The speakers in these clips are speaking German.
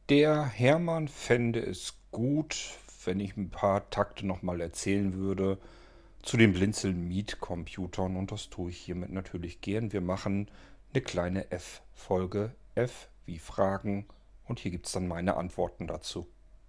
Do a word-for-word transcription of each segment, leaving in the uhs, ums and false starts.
Der Hermann fände es gut, wenn ich ein paar Takte nochmal erzählen würde zu den Blinzeln-Meet-Computern und das tue ich hiermit natürlich gern. Wir machen eine kleine F-Folge. F wie Fragen und hier gibt es dann meine Antworten dazu.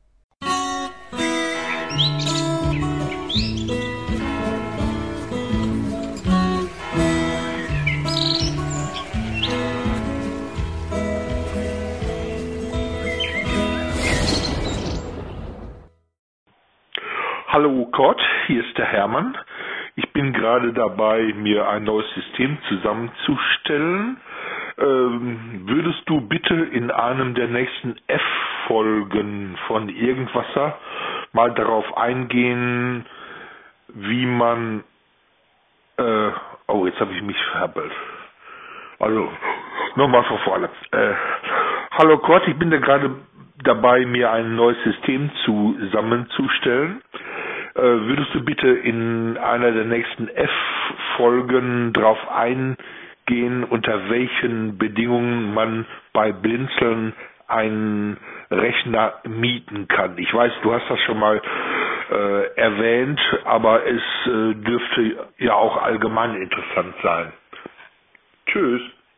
Hallo Gott, hier ist der Hermann. Ich bin gerade dabei, mir ein neues System zusammenzustellen. Ähm, würdest du bitte in einem der nächsten F-Folgen von Irgendwasser mal darauf eingehen, wie man... Äh, oh, jetzt habe ich mich verhaspelt. Also, nochmal von vorne. Äh, hallo Gott, ich bin da gerade dabei, mir ein neues System zusammenzustellen. Äh, würdest du bitte in einer der nächsten F-Folgen darauf eingehen, unter welchen Bedingungen man bei Blinzeln einen Rechner mieten kann? Ich weiß, du hast das schon mal äh, erwähnt, aber es äh, dürfte ja auch allgemein interessant sein. Tschüss.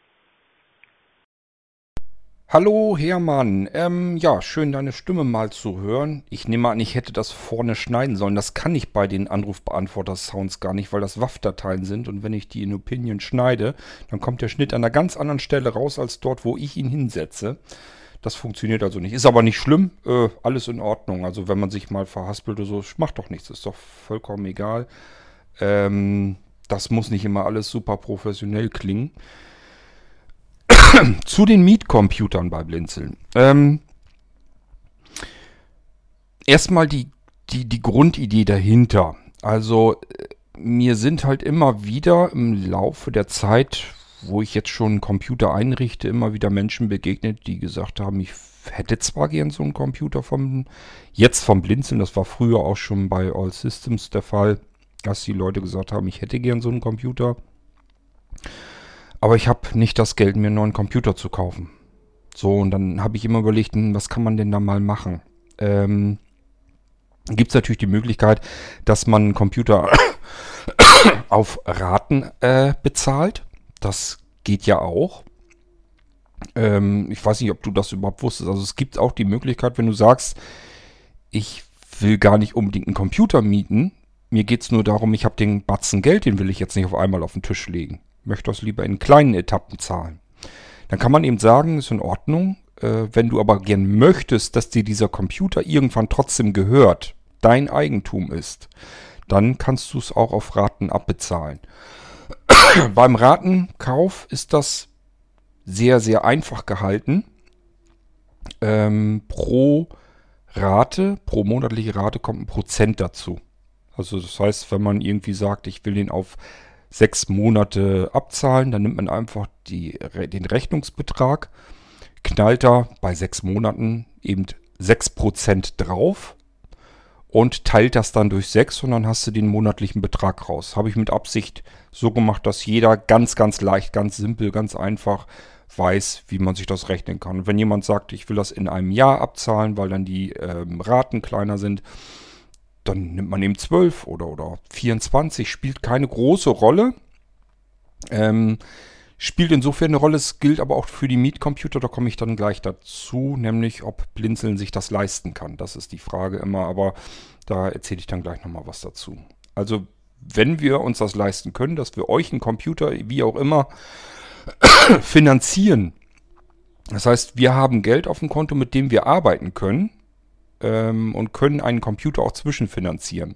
Hallo Hermann, ähm, ja, schön deine Stimme mal zu hören. Ich nehme an, ich hätte das vorne schneiden sollen. Das kann ich bei den Anrufbeantworter-Sounds gar nicht, weil das W A V-Dateien sind und wenn ich die in Opinion schneide, dann kommt der Schnitt an einer ganz anderen Stelle raus als dort, wo ich ihn hinsetze. Das funktioniert also nicht. Ist aber nicht schlimm, äh, alles in Ordnung. Also wenn man sich mal verhaspelt oder so, macht doch nichts, ist doch vollkommen egal. Ähm, das muss nicht immer alles super professionell klingen. Zu den Meet-Computern bei Blinzeln. Ähm, erstmal die, die, die Grundidee dahinter. Also äh, mir sind halt immer wieder im Laufe der Zeit, wo ich jetzt schon einen Computer einrichte, immer wieder Menschen begegnet, die gesagt haben, ich hätte zwar gern so einen Computer vom, jetzt vom Blinzeln, das war früher auch schon bei All Systems der Fall, dass die Leute gesagt haben, ich hätte gern so einen Computer. Aber ich habe nicht das Geld, mir einen neuen Computer zu kaufen. So, und dann habe ich immer überlegt, hm, was kann man denn da mal machen? Ähm, Gibt es natürlich die Möglichkeit, dass man einen Computer auf Raten äh, bezahlt. Das geht ja auch. Ähm, ich weiß nicht, ob du das überhaupt wusstest. Also es gibt auch die Möglichkeit, wenn du sagst, ich will gar nicht unbedingt einen Computer mieten. Mir geht es nur darum, ich habe den Batzen Geld, den will ich jetzt nicht auf einmal auf den Tisch legen. Möchte das lieber in kleinen Etappen zahlen. Dann kann man eben sagen, ist in Ordnung. Äh, wenn du aber gern möchtest, dass dir dieser Computer irgendwann trotzdem gehört, dein Eigentum ist, dann kannst du es auch auf Raten abbezahlen. Beim Ratenkauf ist das sehr, sehr einfach gehalten. Ähm, pro Rate, pro monatliche Rate kommt ein Prozent dazu. Also das heißt, wenn man irgendwie sagt, ich will den auf sechs Monate abzahlen, dann nimmt man einfach die, den Rechnungsbetrag, knallt da bei sechs Monaten eben sechs Prozent drauf und teilt das dann durch sechs und dann hast du den monatlichen Betrag raus. Habe ich mit Absicht so gemacht, dass jeder ganz, ganz leicht, ganz simpel, ganz einfach weiß, wie man sich das rechnen kann. Und wenn jemand sagt, ich will das in einem Jahr abzahlen, weil dann die ähm, Raten kleiner sind, dann nimmt man eben zwölf oder, oder vierundzwanzig, spielt keine große Rolle. Ähm, spielt insofern eine Rolle, es gilt aber auch für die Mietcomputer, da komme ich dann gleich dazu, nämlich ob Blinzeln sich das leisten kann. Das ist die Frage immer, aber da erzähle ich dann gleich nochmal was dazu. Also wenn wir uns das leisten können, dass wir euch einen Computer, wie auch immer, finanzieren. Das heißt, wir haben Geld auf dem Konto, mit dem wir arbeiten können, und können einen Computer auch zwischenfinanzieren.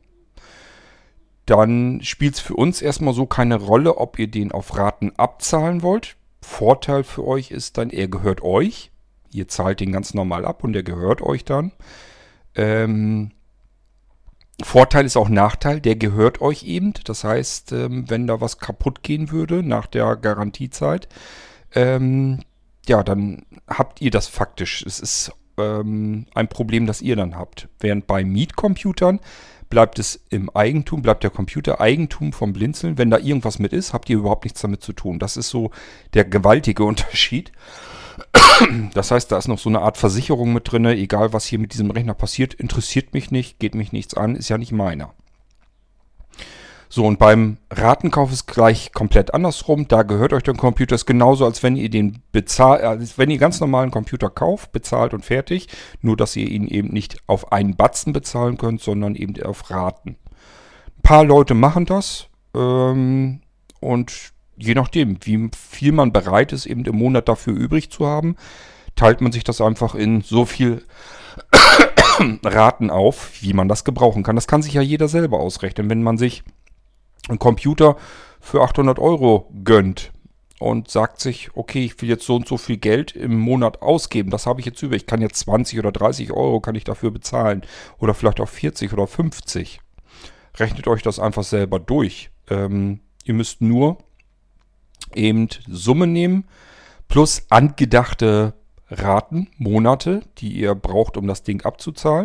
Dann spielt es für uns erstmal so keine Rolle, ob ihr den auf Raten abzahlen wollt. Vorteil für euch ist dann, er gehört euch. Ihr zahlt den ganz normal ab und er gehört euch dann. Ähm, Vorteil ist auch Nachteil, der gehört euch eben. Das heißt, ähm, wenn da was kaputt gehen würde nach der Garantiezeit, ähm, ja, dann habt ihr das faktisch. Es ist ähm, ein Problem, das ihr dann habt. Während bei Mietcomputern bleibt es im Eigentum, bleibt der Computer Eigentum vom Blinzeln. Wenn da irgendwas mit ist, habt ihr überhaupt nichts damit zu tun. Das ist so der gewaltige Unterschied. Das heißt, da ist noch so eine Art Versicherung mit drin. Egal, was hier mit diesem Rechner passiert, interessiert mich nicht, geht mich nichts an, ist ja nicht meiner. So, und beim Ratenkauf ist gleich komplett andersrum. Da gehört euch der Computer. Ist genauso, als wenn ihr den bezahlt, als wenn ihr ganz normalen Computer kauft, bezahlt und fertig. Nur, dass ihr ihn eben nicht auf einen Batzen bezahlen könnt, sondern eben auf Raten. Ein paar Leute machen das. Ähm, und je nachdem, wie viel man bereit ist, eben im Monat dafür übrig zu haben, teilt man sich das einfach in so viel Raten auf, wie man das gebrauchen kann. Das kann sich ja jeder selber ausrechnen. Wenn man sich einen Computer für achthundert Euro gönnt und sagt sich, okay, ich will jetzt so und so viel Geld im Monat ausgeben, das habe ich jetzt über, ich kann jetzt zwanzig oder dreißig Euro kann ich dafür bezahlen oder vielleicht auch vierzig oder fünfzig. Rechnet euch das einfach selber durch. Ähm, ihr müsst nur eben Summe nehmen plus angedachte Raten, Monate, die ihr braucht, um das Ding abzuzahlen.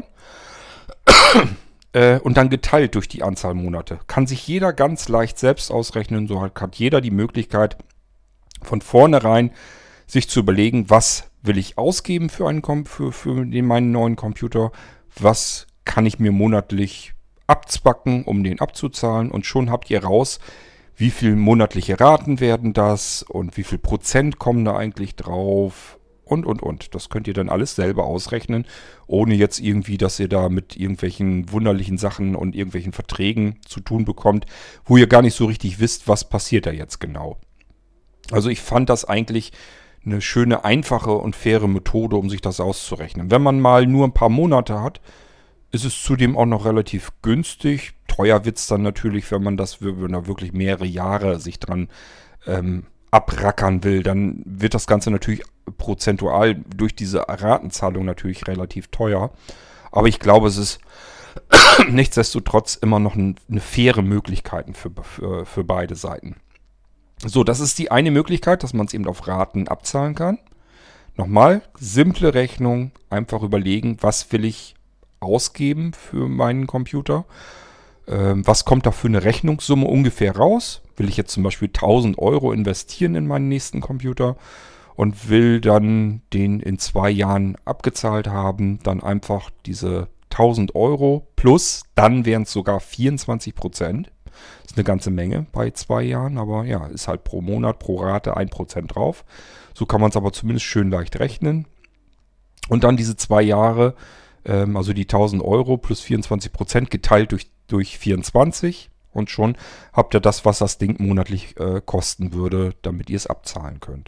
Und dann geteilt durch die Anzahl Monate. Kann sich jeder ganz leicht selbst ausrechnen. So hat jeder die Möglichkeit, von vornherein sich zu überlegen, was will ich ausgeben für, einen, für, für den, meinen neuen Computer, was kann ich mir monatlich abzwacken, um den abzuzahlen. Und schon habt ihr raus, wie viel monatliche Raten werden das und wie viel Prozent kommen da eigentlich drauf. Und, und, und. Das könnt ihr dann alles selber ausrechnen, ohne jetzt irgendwie, dass ihr da mit irgendwelchen wunderlichen Sachen und irgendwelchen Verträgen zu tun bekommt, wo ihr gar nicht so richtig wisst, was passiert da jetzt genau. Also ich fand das eigentlich eine schöne, einfache und faire Methode, um sich das auszurechnen. Wenn man mal nur ein paar Monate hat, ist es zudem auch noch relativ günstig. Teuer wird es dann natürlich, wenn man das wenn man wirklich mehrere Jahre sich dran ähm, abrackern will, dann wird das Ganze natürlich prozentual durch diese Ratenzahlung natürlich relativ teuer. Aber ich glaube, es ist nichtsdestotrotz immer noch ein, eine faire Möglichkeit für, für, für beide Seiten. So, das ist die eine Möglichkeit, dass man es eben auf Raten abzahlen kann. Nochmal, simple Rechnung, einfach überlegen, was will ich ausgeben für meinen Computer. Ähm, was kommt da für eine Rechnungssumme ungefähr raus? Will ich jetzt zum Beispiel tausend Euro investieren in meinen nächsten Computer und will dann den in zwei Jahren abgezahlt haben, dann einfach diese tausend Euro plus, dann wären es sogar vierundzwanzig Prozent. Das ist eine ganze Menge bei zwei Jahren, aber ja, ist halt pro Monat, pro Rate ein Prozent drauf. So kann man es aber zumindest schön leicht rechnen. Und dann diese zwei Jahre, ähm, also die tausend Euro plus vierundzwanzig Prozent geteilt durch, durch vierundzwanzig. Und schon habt ihr das, was das Ding monatlich äh, kosten würde, damit ihr es abzahlen könnt.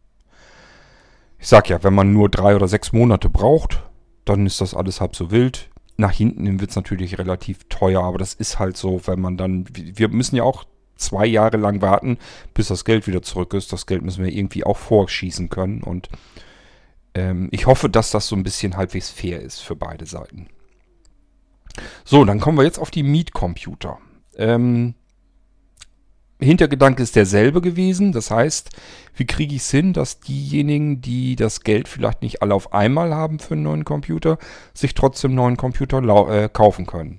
Ich sag ja, wenn man nur drei oder sechs Monate braucht, dann ist das alles halb so wild. Nach hinten wird es natürlich relativ teuer, aber das ist halt so, wenn man dann... Wir müssen ja auch zwei Jahre lang warten, bis das Geld wieder zurück ist. Das Geld müssen wir irgendwie auch vorschießen können. Und ähm, ich hoffe, dass das so ein bisschen halbwegs fair ist für beide Seiten. So, dann kommen wir jetzt auf die Mietcomputer. Ähm, Hintergedanke ist derselbe gewesen. Das heißt, wie kriege ich es hin, dass diejenigen, die das Geld vielleicht nicht alle auf einmal haben für einen neuen Computer, sich trotzdem einen neuen Computer lau- äh, kaufen können.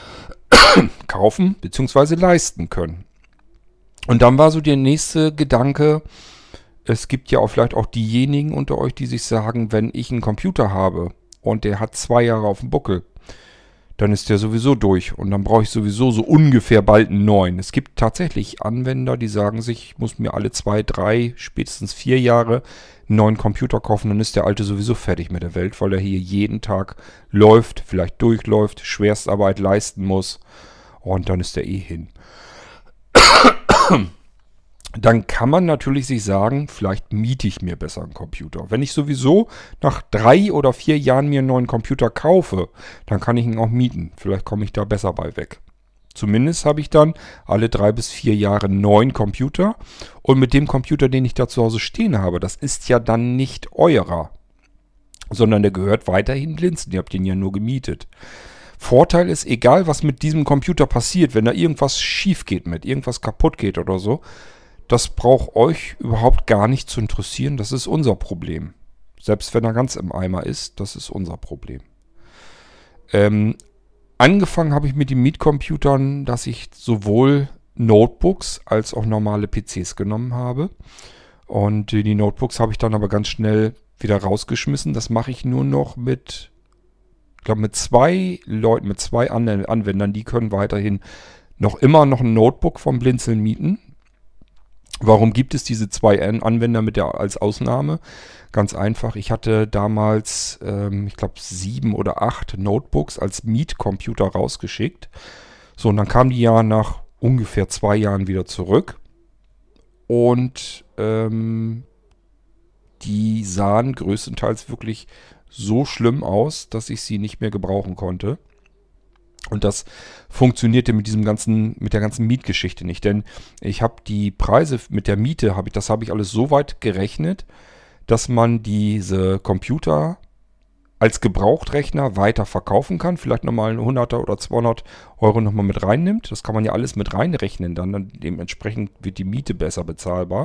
kaufen bzw. leisten können. Und dann war so der nächste Gedanke, es gibt ja auch vielleicht auch diejenigen unter euch, die sich sagen, wenn ich einen Computer habe und der hat zwei Jahre auf dem Buckel, dann ist der sowieso durch und dann brauche ich sowieso so ungefähr bald einen neuen. Es gibt tatsächlich Anwender, die sagen sich, ich muss mir alle zwei, drei, spätestens vier Jahre einen neuen Computer kaufen, dann ist der alte sowieso fertig mit der Welt, weil er hier jeden Tag läuft, vielleicht durchläuft, Schwerstarbeit leisten muss und dann ist der eh hin. Dann kann man natürlich sich sagen, vielleicht miete ich mir besser einen Computer. Wenn ich sowieso nach drei oder vier Jahren mir einen neuen Computer kaufe, dann kann ich ihn auch mieten. Vielleicht komme ich da besser bei weg. Zumindest habe ich dann alle drei bis vier Jahre einen neuen Computer. Und mit dem Computer, den ich da zu Hause stehen habe, das ist ja dann nicht eurer, sondern der gehört weiterhin Blinzeln. Ihr habt den ja nur gemietet. Vorteil ist, egal was mit diesem Computer passiert, wenn da irgendwas schief geht mit, irgendwas kaputt geht oder so, das braucht euch überhaupt gar nicht zu interessieren. Das ist unser Problem. Selbst wenn er ganz im Eimer ist, das ist unser Problem. Ähm, angefangen habe ich mit den Mietcomputern, dass ich sowohl Notebooks als auch normale P Cs genommen habe. Und die Notebooks habe ich dann aber ganz schnell wieder rausgeschmissen. Das mache ich nur noch mit, ich glaube, mit zwei Leuten, mit zwei anderen Anwendern. Die können weiterhin noch immer noch ein Notebook vom Blinzeln mieten. Warum gibt es diese zwei Anwender mit der als Ausnahme? Ganz einfach, ich hatte damals, ähm, ich glaube, sieben oder acht Notebooks als Mietcomputer rausgeschickt. So, und dann kamen die ja nach ungefähr zwei Jahren wieder zurück. Und ähm, die sahen größtenteils wirklich so schlimm aus, dass ich sie nicht mehr gebrauchen konnte. Und das funktionierte mit diesem ganzen, mit der ganzen Mietgeschichte nicht. Denn ich habe die Preise mit der Miete, habe ich, das habe ich alles so weit gerechnet, dass man diese Computer als Gebrauchtrechner weiter verkaufen kann. Vielleicht nochmal ein hunderter oder zweihundert Euro nochmal mit reinnimmt. Das kann man ja alles mit reinrechnen dann. dann dementsprechend wird die Miete besser bezahlbar.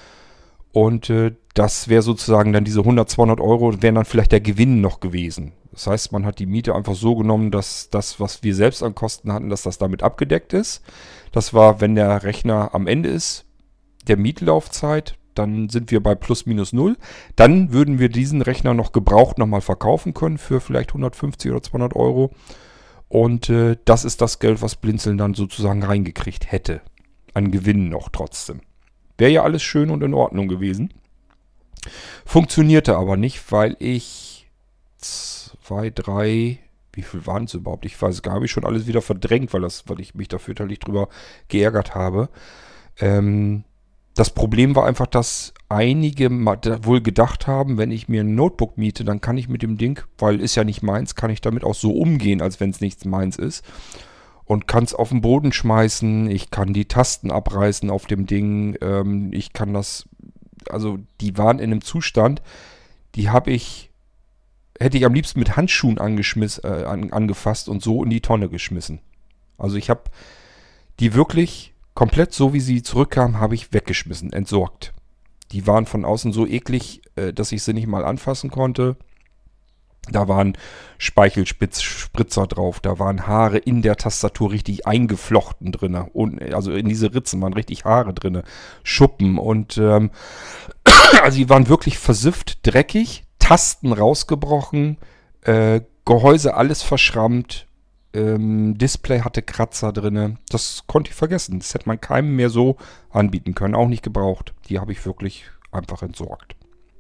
Und äh, das wäre sozusagen dann diese hundert, zweihundert Euro, wären dann vielleicht der Gewinn noch gewesen. Das heißt, man hat die Miete einfach so genommen, dass das, was wir selbst an Kosten hatten, dass das damit abgedeckt ist. Das war, wenn der Rechner am Ende ist, der Mietlaufzeit, dann sind wir bei plus minus null. Dann würden wir diesen Rechner noch gebraucht nochmal verkaufen können für vielleicht hundertfünfzig oder zweihundert Euro. Und äh, das ist das Geld, was Blinzeln dann sozusagen reingekriegt hätte. An Gewinn noch trotzdem. Wäre ja alles schön und in Ordnung gewesen. Funktionierte aber nicht, weil ich zwei, drei, wie viel waren es überhaupt? Ich weiß gar nicht, habe ich schon alles wieder verdrängt, weil, das, weil ich mich da fürchterlich drüber geärgert habe. Ähm, das Problem war einfach, dass einige wohl gedacht haben, wenn ich mir ein Notebook miete, dann kann ich mit dem Ding, weil ist ja nicht meins, kann ich damit auch so umgehen, als wenn es nichts meins ist. Und kann es auf den Boden schmeißen, ich kann die Tasten abreißen auf dem Ding, ähm, ich kann das, also die waren in einem Zustand, die habe ich, hätte ich am liebsten mit Handschuhen angeschmiss, äh, an, angefasst und so in die Tonne geschmissen. Also ich habe die wirklich komplett so, wie sie zurückkamen, habe ich weggeschmissen, entsorgt. Die waren von außen so eklig, äh, dass ich sie nicht mal anfassen konnte. Da waren Speichelspritzer drauf, da waren Haare in der Tastatur richtig eingeflochten drin. Und, also in diese Ritzen waren richtig Haare drin, Schuppen. Und ähm, also die waren wirklich versifft, dreckig, Tasten rausgebrochen, äh, Gehäuse alles verschrammt, ähm, Display hatte Kratzer drin. Das konnte ich vergessen. Das hätte man keinem mehr so anbieten können, auch nicht gebraucht. Die habe ich wirklich einfach entsorgt.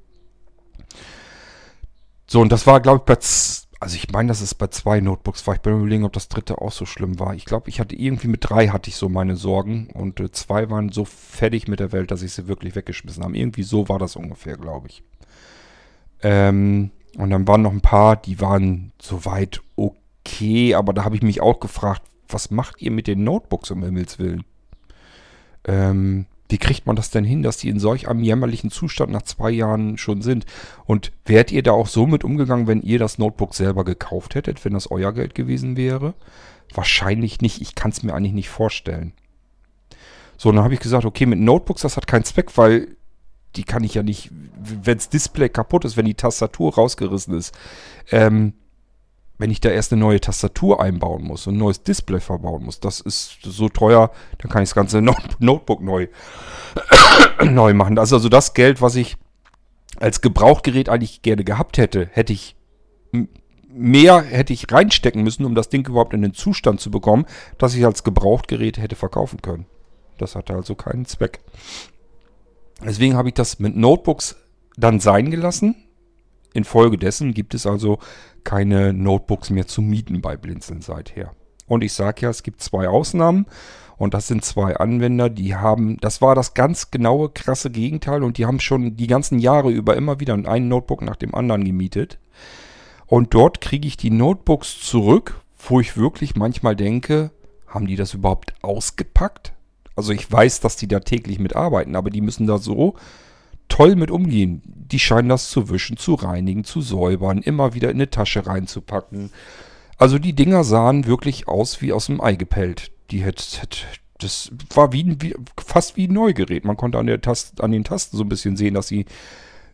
So, und das war, glaube ich, bei, z- also ich meine, dass es bei zwei Notebooks war. Ich bin mir überlegen, ob das dritte auch so schlimm war. Ich glaube, ich hatte irgendwie mit drei hatte ich so meine Sorgen und äh, zwei waren so fertig mit der Welt, dass ich sie wirklich weggeschmissen habe. Irgendwie so war das ungefähr, glaube ich. Ähm, und dann waren noch ein paar, die waren soweit okay, aber da habe ich mich auch gefragt, was macht ihr mit den Notebooks, um Himmels Willen? Ähm, Wie kriegt man das denn hin, dass die in solch einem jämmerlichen Zustand nach zwei Jahren schon sind? Und wärt ihr da auch so mit umgegangen, wenn ihr das Notebook selber gekauft hättet, wenn das euer Geld gewesen wäre? Wahrscheinlich nicht. Ich kann es mir eigentlich nicht vorstellen. So, dann habe ich gesagt, okay, mit Notebooks, das hat keinen Zweck, weil die kann ich ja nicht, wenn das Display kaputt ist, wenn die Tastatur rausgerissen ist, ähm, wenn ich da erst eine neue Tastatur einbauen muss und ein neues Display verbauen muss, das ist so teuer, dann kann ich das ganze Not- Notebook neu, neu machen. Das ist also das Geld, was ich als Gebrauchtgerät eigentlich gerne gehabt hätte, hätte ich m- mehr hätte ich reinstecken müssen, um das Ding überhaupt in den Zustand zu bekommen, dass ich als Gebrauchtgerät hätte verkaufen können. Das hatte also keinen Zweck. Deswegen habe ich das mit Notebooks dann sein gelassen. Infolgedessen gibt es also keine Notebooks mehr zu mieten bei Blinzeln seither. Und ich sage ja, es gibt zwei Ausnahmen und das sind zwei Anwender, die haben, das war das ganz genaue, krasse Gegenteil und die haben schon die ganzen Jahre über immer wieder ein Notebook nach dem anderen gemietet. Und dort kriege ich die Notebooks zurück, wo ich wirklich manchmal denke, haben die das überhaupt ausgepackt? Also ich weiß, dass die da täglich mitarbeiten, aber die müssen da so toll mit umgehen. Die scheinen das zu wischen, zu reinigen, zu säubern, immer wieder in eine Tasche reinzupacken. Also die Dinger sahen wirklich aus wie aus dem Ei gepellt. Die hätte, hätte das war wie, wie fast wie ein Neugerät. Man konnte an der Tast, an den Tasten so ein bisschen sehen, dass sie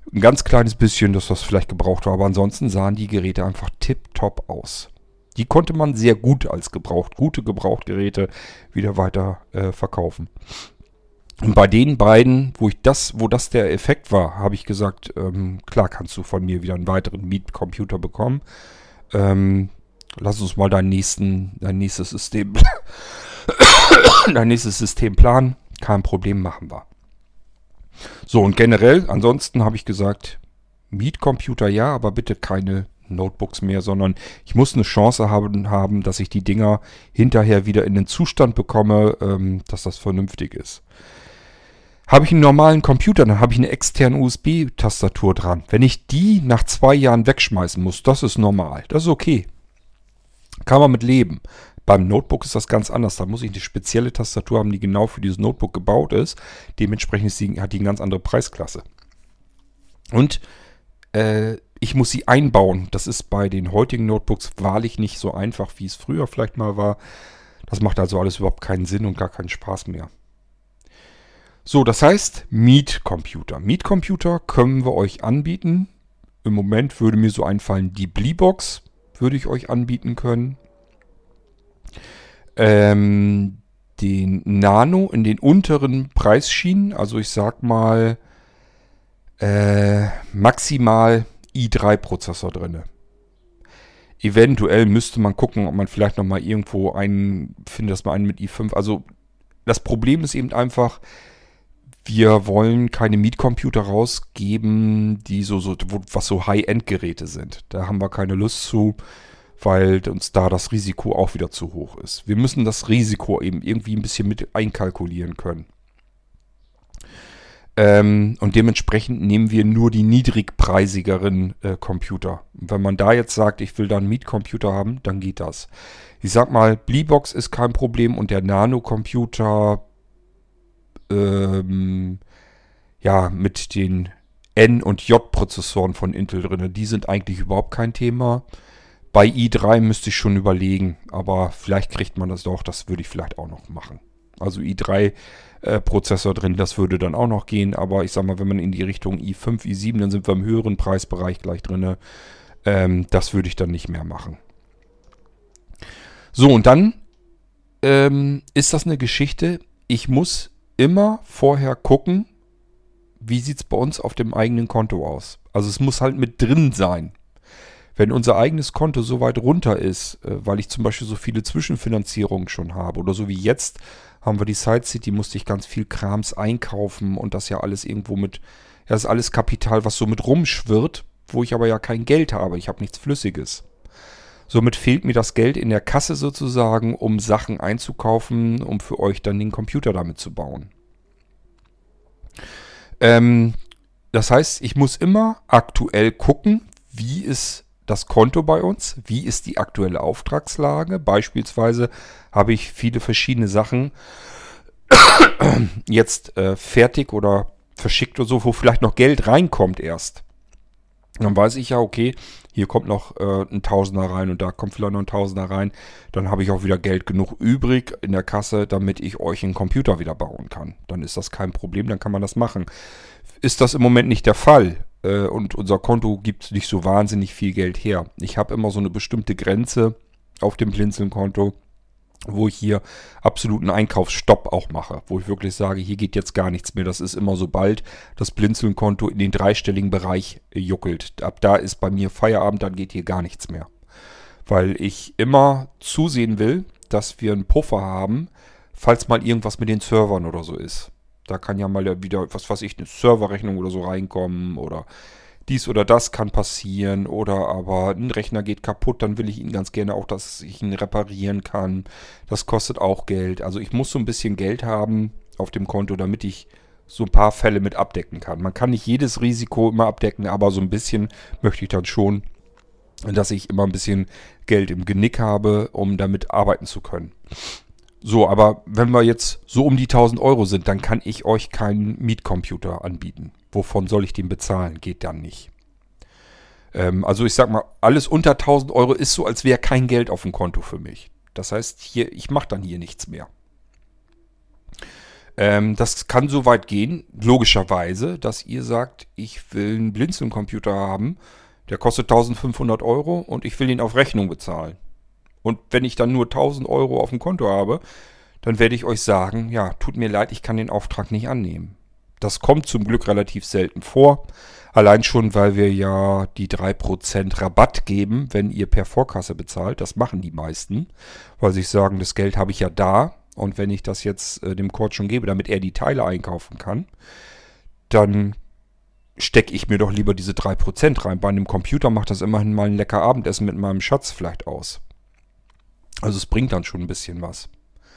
Ein ganz kleines bisschen, dass das vielleicht gebraucht war, aber ansonsten sahen die Geräte einfach tipptopp aus. Die konnte man sehr gut als gebraucht, gute Gebrauchtgeräte wieder weiter äh, verkaufen. Und bei den beiden, wo ich das, wo das der Effekt war, habe ich gesagt, ähm, klar kannst du von mir wieder einen weiteren Mietcomputer bekommen. Ähm, lass uns mal dein nächsten, dein nächstes System, dein nächstes System planen. Kein Problem, machen wir. So, und generell, ansonsten habe ich gesagt, Mietcomputer ja, aber bitte keine Notebooks mehr, sondern ich muss eine Chance haben, haben, dass ich die Dinger hinterher wieder in den Zustand bekomme, ähm, dass das vernünftig ist. Habe ich einen normalen Computer, dann habe ich eine externe U S B-Tastatur dran. Wenn ich die nach zwei Jahren wegschmeißen muss, das ist normal, das ist okay. Kann man mit leben. Beim Notebook ist das ganz anders. Da muss ich eine spezielle Tastatur haben, die genau für dieses Notebook gebaut ist. Dementsprechend ist die, hat die eine ganz andere Preisklasse. Und äh, ich muss sie einbauen. Das ist bei den heutigen Notebooks wahrlich nicht so einfach, wie es früher vielleicht mal war. Das macht also alles überhaupt keinen Sinn und gar keinen Spaß mehr. So, das heißt Mietcomputer. Mietcomputer können wir euch anbieten. Im Moment würde mir so einfallen, die Bleebox würde ich euch anbieten können. Ähm, den Nano in den unteren Preisschienen, also ich sag mal äh, maximal i drei Prozessor drin. Eventuell müsste man gucken, ob man vielleicht nochmal irgendwo einen findet, dass man einen mit i fünf. Also das Problem ist eben einfach, wir wollen keine Mietcomputer rausgeben, die so, so was so High-End-Geräte sind. Da haben wir keine Lust zu, weil uns da das Risiko auch wieder zu hoch ist. Wir müssen das Risiko eben irgendwie ein bisschen mit einkalkulieren können. Ähm, und dementsprechend nehmen wir nur die niedrigpreisigeren äh, Computer. Und wenn man da jetzt sagt, ich will da einen Mietcomputer haben, dann geht das. Ich sag mal, Bleebox ist kein Problem und der Nano-Computer ähm, ja, mit den N- und J-Prozessoren von Intel drin, die sind eigentlich überhaupt kein Thema. Bei i drei müsste ich schon überlegen, aber vielleicht kriegt man das doch, das würde ich vielleicht auch noch machen. Also i drei äh, Prozessor drin, das würde dann auch noch gehen, aber ich sag mal, wenn man in die Richtung i fünf, i sieben, dann sind wir im höheren Preisbereich gleich drin. Ähm, das würde ich dann nicht mehr machen. So, und dann ähm, ist das eine Geschichte, ich muss immer vorher gucken, wie sieht es bei uns auf dem eigenen Konto aus. Also es muss halt mit drin sein. Wenn unser eigenes Konto so weit runter ist, äh, weil ich zum Beispiel so viele Zwischenfinanzierungen schon habe oder so wie jetzt, haben wir die SideCity, musste ich ganz viel Krams einkaufen und das ja alles irgendwo mit, ja, das ist alles Kapital, was so mit rumschwirrt, wo ich aber ja kein Geld habe, ich habe nichts Flüssiges. Somit fehlt mir das Geld in der Kasse sozusagen, um Sachen einzukaufen, um für euch dann den Computer damit zu bauen. Ähm, das heißt, ich muss immer aktuell gucken, wie ist das Konto bei uns, wie ist die aktuelle Auftragslage. Beispielsweise habe ich viele verschiedene Sachen jetzt äh, fertig oder verschickt oder so, wo vielleicht noch Geld reinkommt erst. Dann weiß ich ja, okay, hier kommt noch äh, ein Tausender rein und da kommt vielleicht noch ein Tausender rein. Dann habe ich auch wieder Geld genug übrig in der Kasse, damit ich euch einen Computer wieder bauen kann. Dann ist das kein Problem, dann kann man das machen. Ist das im Moment nicht der Fall äh, und unser Konto gibt nicht so wahnsinnig viel Geld her. Ich habe immer so eine bestimmte Grenze auf dem Blinzeln-Konto, wo ich hier absoluten Einkaufsstopp auch mache, wo ich wirklich sage, hier geht jetzt gar nichts mehr. Das ist immer sobald das Blinzeln-Konto in den dreistelligen Bereich juckelt. Ab da ist bei mir Feierabend, dann geht hier gar nichts mehr. Weil ich immer zusehen will, dass wir einen Puffer haben, falls mal irgendwas mit den Servern oder so ist. Da kann ja mal wieder, was weiß ich, eine Serverrechnung oder so reinkommen oder dies oder das kann passieren oder aber ein Rechner geht kaputt, dann will ich ihn ganz gerne auch, dass ich ihn reparieren kann. Das kostet auch Geld. Also ich muss so ein bisschen Geld haben auf dem Konto, damit ich so ein paar Fälle mit abdecken kann. Man kann nicht jedes Risiko immer abdecken, aber so ein bisschen möchte ich dann schon, dass ich immer ein bisschen Geld im Genick habe, um damit arbeiten zu können. So, aber wenn wir jetzt so um die tausend Euro sind, dann kann ich euch keinen Mietcomputer anbieten. Wovon soll ich den bezahlen? Geht dann nicht. Ähm, also ich sag mal, alles unter tausend Euro ist so, als wäre kein Geld auf dem Konto für mich. Das heißt, hier, ich mache dann hier nichts mehr. Ähm, das kann so weit gehen, logischerweise, dass ihr sagt, ich will einen Blinzeln-Computer haben, der kostet eintausendfünfhundert Euro und ich will ihn auf Rechnung bezahlen. Und wenn ich dann nur tausend Euro auf dem Konto habe, dann werde ich euch sagen, ja, tut mir leid, ich kann den Auftrag nicht annehmen. Das kommt zum Glück relativ selten vor. Allein schon, weil wir ja die drei Prozent Rabatt geben, wenn ihr per Vorkasse bezahlt. Das machen die meisten, weil sie sagen, das Geld habe ich ja da. Und wenn ich das jetzt äh, dem Kurt schon gebe, damit er die Teile einkaufen kann, dann stecke ich mir doch lieber diese drei Prozent rein. Bei einem Computer macht das immerhin mal ein lecker Abendessen mit meinem Schatz vielleicht aus. Also es bringt dann schon ein bisschen was.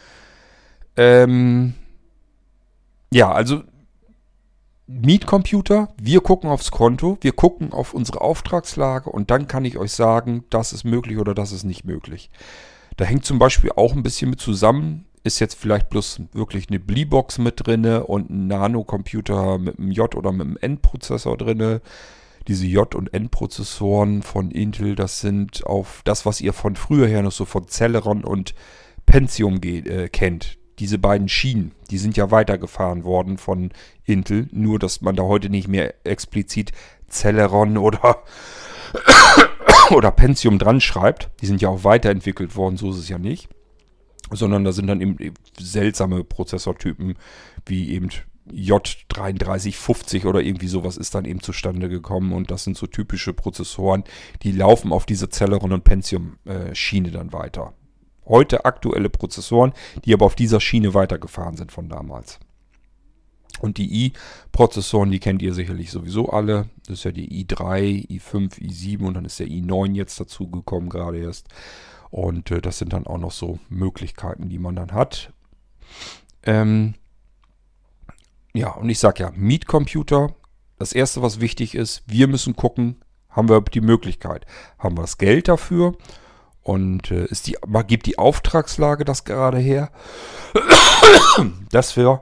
Ähm, ja, also Mietcomputer, wir gucken aufs Konto, wir gucken auf unsere Auftragslage und dann kann ich euch sagen, das ist möglich oder das ist nicht möglich. Da hängt zum Beispiel auch ein bisschen mit zusammen, ist jetzt vielleicht bloß wirklich eine Bleebox mit drinne und ein Nano-Computer mit einem J- oder mit einem N-Prozessor drinne. Diese J- und N-Prozessoren von Intel, das sind auf das, was ihr von früher her noch so von Celeron und Pentium ge- äh, kennt. Diese beiden Schienen, die sind ja weitergefahren worden von Intel, nur dass man da heute nicht mehr explizit Celeron oder, oder Pentium dran schreibt. Die sind ja auch weiterentwickelt worden, so ist es ja nicht. Sondern da sind dann eben seltsame Prozessortypen wie eben J dreiunddreißig fünfzig oder irgendwie sowas ist dann eben zustande gekommen. Und das sind so typische Prozessoren, die laufen auf diese Celeron- und Pentium-Schiene dann weiter. Heute aktuelle Prozessoren, die aber auf dieser Schiene weitergefahren sind von damals. Und die i-Prozessoren, die kennt ihr sicherlich sowieso alle. Das ist ja die i drei, i fünf, i sieben und dann ist der i neun jetzt dazugekommen gerade erst. Und äh, das sind dann auch noch so Möglichkeiten, die man dann hat. Ähm, ja, und ich sage ja, Mietcomputer, das Erste, was wichtig ist, wir müssen gucken, haben wir die Möglichkeit, haben wir das Geld dafür und äh, ist die, gibt die Auftragslage das gerade her, dass wir,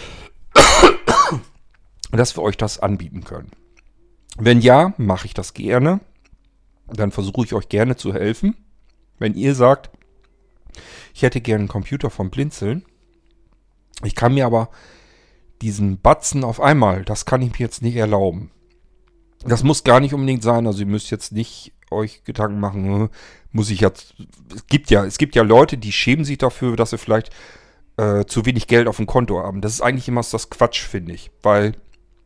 dass wir euch das anbieten können. Wenn ja, mache ich das gerne. Dann versuche ich euch gerne zu helfen. Wenn ihr sagt, ich hätte gerne einen Computer vom Blinzeln, ich kann mir aber diesen Batzen auf einmal, das kann ich mir jetzt nicht erlauben. Das muss gar nicht unbedingt sein, also ihr müsst jetzt nicht euch Gedanken machen, muss ich jetzt, es gibt ja, es gibt ja Leute, die schämen sich dafür, dass sie vielleicht äh, zu wenig Geld auf dem Konto haben. Das ist eigentlich immer das Quatsch, finde ich, weil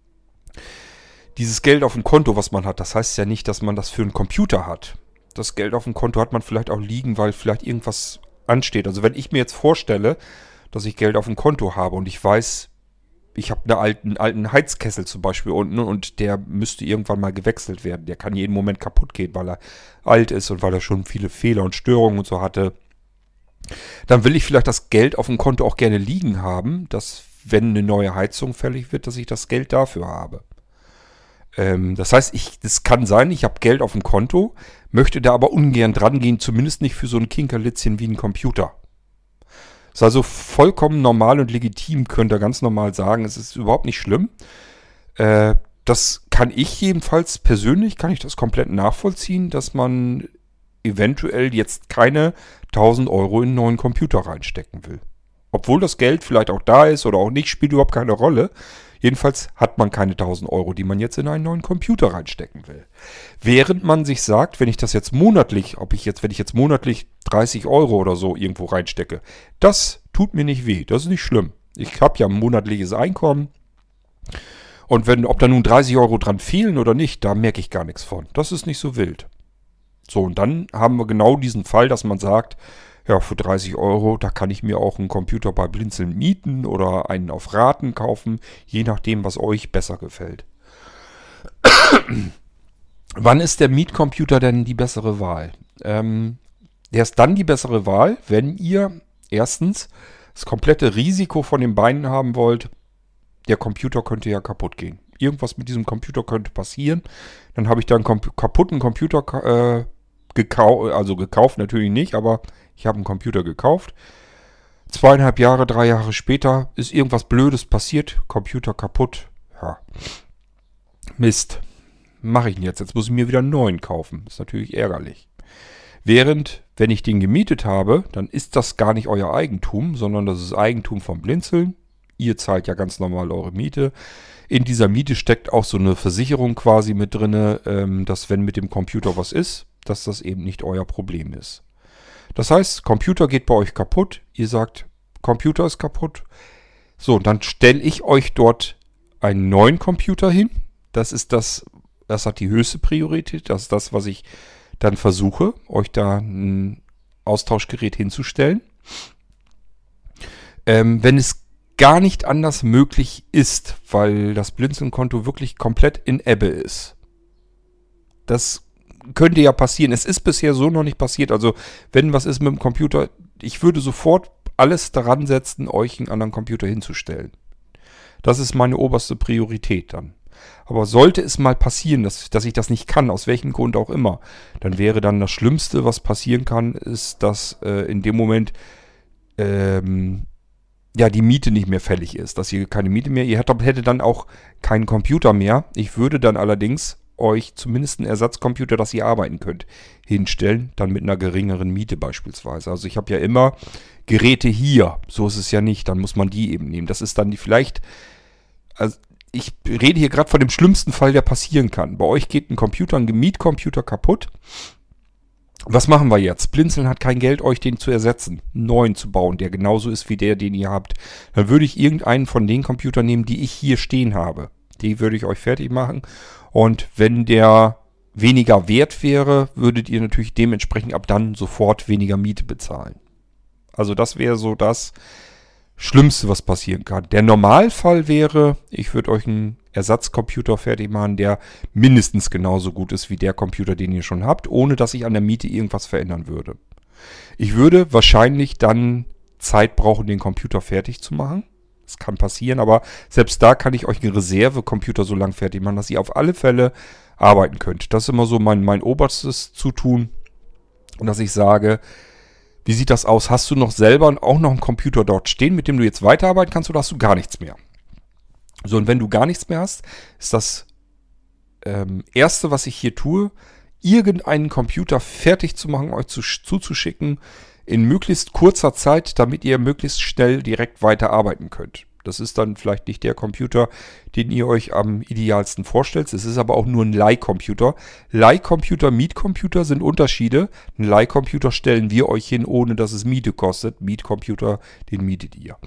dieses Geld auf dem Konto, was man hat, das heißt ja nicht, dass man das für einen Computer hat. Das Geld auf dem Konto hat man vielleicht auch liegen, weil vielleicht irgendwas ansteht. Also wenn ich mir jetzt vorstelle, dass ich Geld auf dem Konto habe und ich weiß, ich habe einen alten, alten Heizkessel zum Beispiel unten und der müsste irgendwann mal gewechselt werden. Der kann jeden Moment kaputt gehen, weil er alt ist und weil er schon viele Fehler und Störungen und so hatte. Dann will ich vielleicht das Geld auf dem Konto auch gerne liegen haben, dass wenn eine neue Heizung fällig wird, dass ich das Geld dafür habe. Ähm, das heißt, ich, das kann sein, ich habe Geld auf dem Konto, möchte da aber ungern dran gehen, zumindest nicht für so ein Kinkerlitzchen wie ein Computer. Ist also vollkommen normal und legitim, könnt ihr ganz normal sagen. Es ist überhaupt nicht schlimm. Äh, das kann ich jedenfalls persönlich, kann ich das komplett nachvollziehen, dass man eventuell jetzt keine tausend Euro in einen neuen Computer reinstecken will. Obwohl das Geld vielleicht auch da ist oder auch nicht, spielt überhaupt keine Rolle. Jedenfalls hat man keine tausend Euro, die man jetzt in einen neuen Computer reinstecken will. Während man sich sagt, wenn ich das jetzt monatlich, ob ich jetzt, wenn ich jetzt monatlich dreißig Euro oder so irgendwo reinstecke, das tut mir nicht weh, das ist nicht schlimm. Ich habe ja ein monatliches Einkommen und wenn, ob da nun dreißig Euro dran fehlen oder nicht, da merke ich gar nichts von. Das ist nicht so wild. So, und dann haben wir genau diesen Fall, dass man sagt, ja, für dreißig Euro, da kann ich mir auch einen Computer bei Blinzeln mieten oder einen auf Raten kaufen, je nachdem, was euch besser gefällt. Wann ist der Mietcomputer denn die bessere Wahl? Ähm, der ist dann die bessere Wahl, wenn ihr erstens das komplette Risiko von den Beinen haben wollt, der Computer könnte ja kaputt gehen. Irgendwas mit diesem Computer könnte passieren. Dann habe ich da einen komp- kaputten Computer äh, gekauft, also gekauft natürlich nicht, aber ich habe einen Computer gekauft. Zweieinhalb Jahre, drei Jahre später ist irgendwas Blödes passiert. Computer kaputt. Ja. Mist. Mache ich denn jetzt? Jetzt muss ich mir wieder einen neuen kaufen. Ist natürlich ärgerlich. Während, wenn ich den gemietet habe, dann ist das gar nicht euer Eigentum, sondern das ist Eigentum vom Blinzeln. Ihr zahlt ja ganz normal eure Miete. In dieser Miete steckt auch so eine Versicherung quasi mit drin, ähm, dass wenn mit dem Computer was ist, dass das eben nicht euer Problem ist. Das heißt, Computer geht bei euch kaputt. Ihr sagt, Computer ist kaputt. So, dann stelle ich euch dort einen neuen Computer hin. Das ist das, das hat die höchste Priorität. Das ist das, was ich dann versuche, euch da ein Austauschgerät hinzustellen. Ähm, wenn es gar nicht anders möglich ist, weil das Blinzeln-Konto wirklich komplett in Ebbe ist. Das könnte ja passieren. Es ist bisher so noch nicht passiert. Also wenn was ist mit dem Computer, ich würde sofort alles daran setzen, euch einen anderen Computer hinzustellen. Das ist meine oberste Priorität dann. Aber sollte es mal passieren, dass, dass ich das nicht kann, aus welchem Grund auch immer, dann wäre dann das Schlimmste, was passieren kann, ist, dass äh, in dem Moment ähm, ja die Miete nicht mehr fällig ist. Dass ihr keine Miete mehr, ihr hättet, hättet dann auch keinen Computer mehr. Ich würde dann allerdings euch zumindest einen Ersatzcomputer, dass ihr arbeiten könnt, hinstellen, dann mit einer geringeren Miete beispielsweise. Also ich habe ja immer Geräte hier, so ist es ja nicht, dann muss man die eben nehmen. Das ist dann die vielleicht, also ich rede hier gerade von dem schlimmsten Fall, der passieren kann. Bei euch geht ein Computer, ein Mietcomputer kaputt. Was machen wir jetzt? Blinzeln hat kein Geld, euch den zu ersetzen, einen neuen zu bauen, der genauso ist wie der, den ihr habt. Dann würde ich irgendeinen von den Computern nehmen, die ich hier stehen habe. Die würde ich euch fertig machen. Und wenn der weniger wert wäre, würdet ihr natürlich dementsprechend ab dann sofort weniger Miete bezahlen. Also das wäre so das Schlimmste, was passieren kann. Der Normalfall wäre, ich würde euch einen Ersatzcomputer fertig machen, der mindestens genauso gut ist wie der Computer, den ihr schon habt, ohne dass ich an der Miete irgendwas verändern würde. Ich würde wahrscheinlich dann Zeit brauchen, den Computer fertig zu machen. Das kann passieren, aber selbst da kann ich euch einen Reservecomputer so lang fertig machen, dass ihr auf alle Fälle arbeiten könnt. Das ist immer so mein, mein oberstes Zutun. Und dass ich sage, wie sieht das aus? Hast du noch selber auch noch einen Computer dort stehen, mit dem du jetzt weiterarbeiten kannst, oder hast du gar nichts mehr? So, und wenn du gar nichts mehr hast, ist das ähm, Erste, was ich hier tue, irgendeinen Computer fertig zu machen, euch zu, zuzuschicken, in möglichst kurzer Zeit, damit ihr möglichst schnell direkt weiterarbeiten könnt. Das ist dann vielleicht nicht der Computer, den ihr euch am idealsten vorstellt. Es ist aber auch nur ein Leihcomputer. Leihcomputer, Mietcomputer sind Unterschiede. Ein Leihcomputer stellen wir euch hin, ohne dass es Miete kostet. Mietcomputer, den mietet ihr.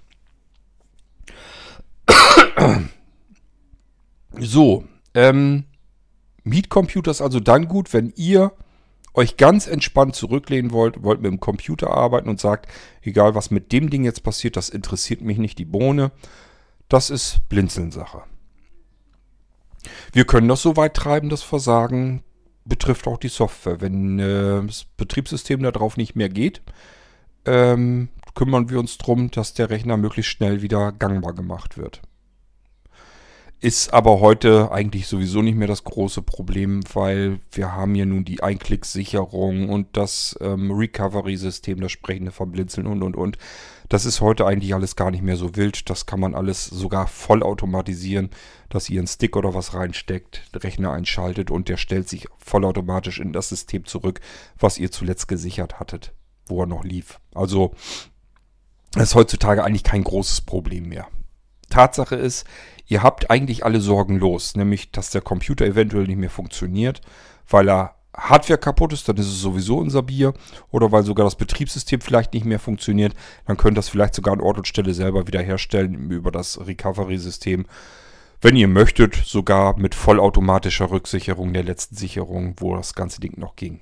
So, ähm, Mietcomputer ist also dann gut, wenn ihr euch ganz entspannt zurücklehnen wollt, wollt mit dem Computer arbeiten und sagt, egal was mit dem Ding jetzt passiert, das interessiert mich nicht die Bohne. Das ist Blinzeln-Sache. Wir können das so weit treiben, das Versagen betrifft auch die Software. Wenn äh, das Betriebssystem darauf nicht mehr geht, ähm, kümmern wir uns darum, dass der Rechner möglichst schnell wieder gangbar gemacht wird. Ist aber heute eigentlich sowieso nicht mehr das große Problem, weil wir haben ja nun die Einklicksicherung und das ähm, Recovery-System, das sprechende Verblinzeln und, und, und. Das ist heute eigentlich alles gar nicht mehr so wild. Das kann man alles sogar vollautomatisieren, dass ihr einen Stick oder was reinsteckt, den Rechner einschaltet und der stellt sich vollautomatisch in das System zurück, was ihr zuletzt gesichert hattet, wo er noch lief. Also das ist heutzutage eigentlich kein großes Problem mehr. Tatsache ist, ihr habt eigentlich alle Sorgen los, nämlich, dass der Computer eventuell nicht mehr funktioniert, weil er Hardware kaputt ist, dann ist es sowieso unser Bier, oder weil sogar das Betriebssystem vielleicht nicht mehr funktioniert, dann könnt ihr das vielleicht sogar an Ort und Stelle selber wiederherstellen über das Recovery-System. Wenn ihr möchtet, sogar mit vollautomatischer Rücksicherung der letzten Sicherung, wo das ganze Ding noch ging.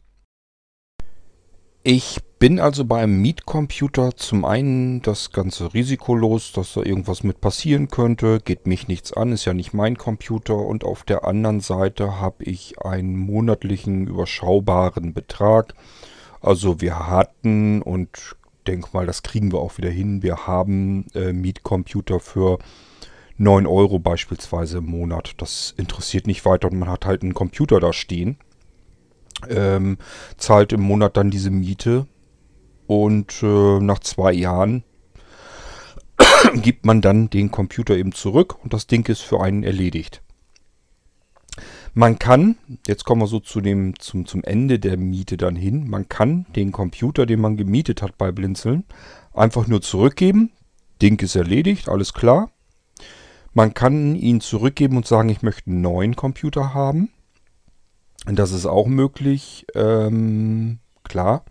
Ich bin also beim Mietcomputer zum einen das ganze risikolos, dass da irgendwas mit passieren könnte, geht mich nichts an, ist ja nicht mein Computer, und auf der anderen Seite habe ich einen monatlichen überschaubaren Betrag. Also wir hatten, und denke mal, das kriegen wir auch wieder hin, wir haben äh, Mietcomputer für neun Euro beispielsweise im Monat. Das interessiert nicht weiter und man hat halt einen Computer da stehen. Ähm, zahlt im Monat dann diese Miete und äh, nach zwei Jahren gibt man dann den Computer eben zurück und das Ding ist für einen erledigt. Man kann, jetzt kommen wir so zu dem, zum, zum Ende der Miete dann hin, man kann den Computer, den man gemietet hat bei Blinzeln, einfach nur zurückgeben. Ding ist erledigt, alles klar. Man kann ihn zurückgeben und sagen, ich möchte einen neuen Computer haben. Und das ist auch möglich, ähm, klar.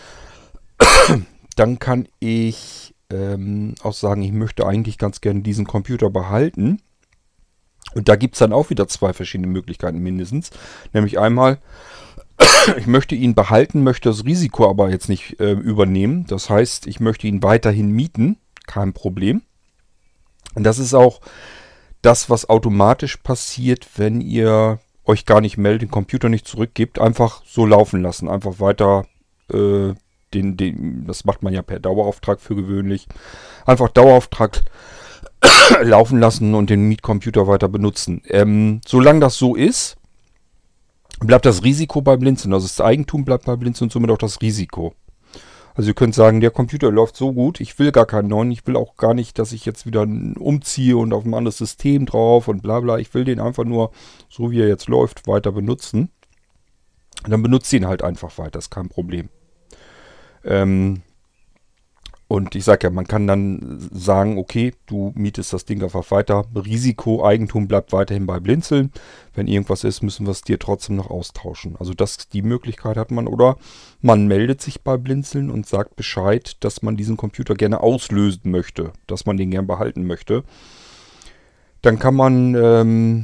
Dann kann ich ähm, auch sagen, ich möchte eigentlich ganz gerne diesen Computer behalten. Und da gibt es dann auch wieder zwei verschiedene Möglichkeiten mindestens. Nämlich einmal, ich möchte ihn behalten, möchte das Risiko aber jetzt nicht äh, übernehmen. Das heißt, ich möchte ihn weiterhin mieten. Kein Problem. Und das ist auch das, was automatisch passiert, wenn ihr euch gar nicht meldet, den Computer nicht zurückgibt. Einfach so laufen lassen. Einfach weiter, äh, den, den, das macht man ja per Dauerauftrag für gewöhnlich. Einfach Dauerauftrag laufen lassen und den Mietcomputer weiter benutzen. Ähm, solange das so ist, bleibt das Risiko bei Blinzeln. Also das Eigentum bleibt bei Blinzeln und somit auch das Risiko. Also ihr könnt sagen, der Computer läuft so gut, ich will gar keinen neuen, ich will auch gar nicht, dass ich jetzt wieder umziehe und auf ein anderes System drauf und bla bla. Ich will den einfach nur, so wie er jetzt läuft, weiter benutzen. Und dann benutzt ihn halt einfach weiter, ist kein Problem. Ähm, und ich sage ja, man kann dann sagen, okay, du mietest das Ding einfach weiter. Risiko, Eigentum bleibt weiterhin bei Blinzeln. Wenn irgendwas ist, müssen wir es dir trotzdem noch austauschen. Also das, die Möglichkeit hat man. Oder man meldet sich bei Blinzeln und sagt Bescheid, dass man diesen Computer gerne auslösen möchte. Dass man den gern behalten möchte. Dann kann man ähm,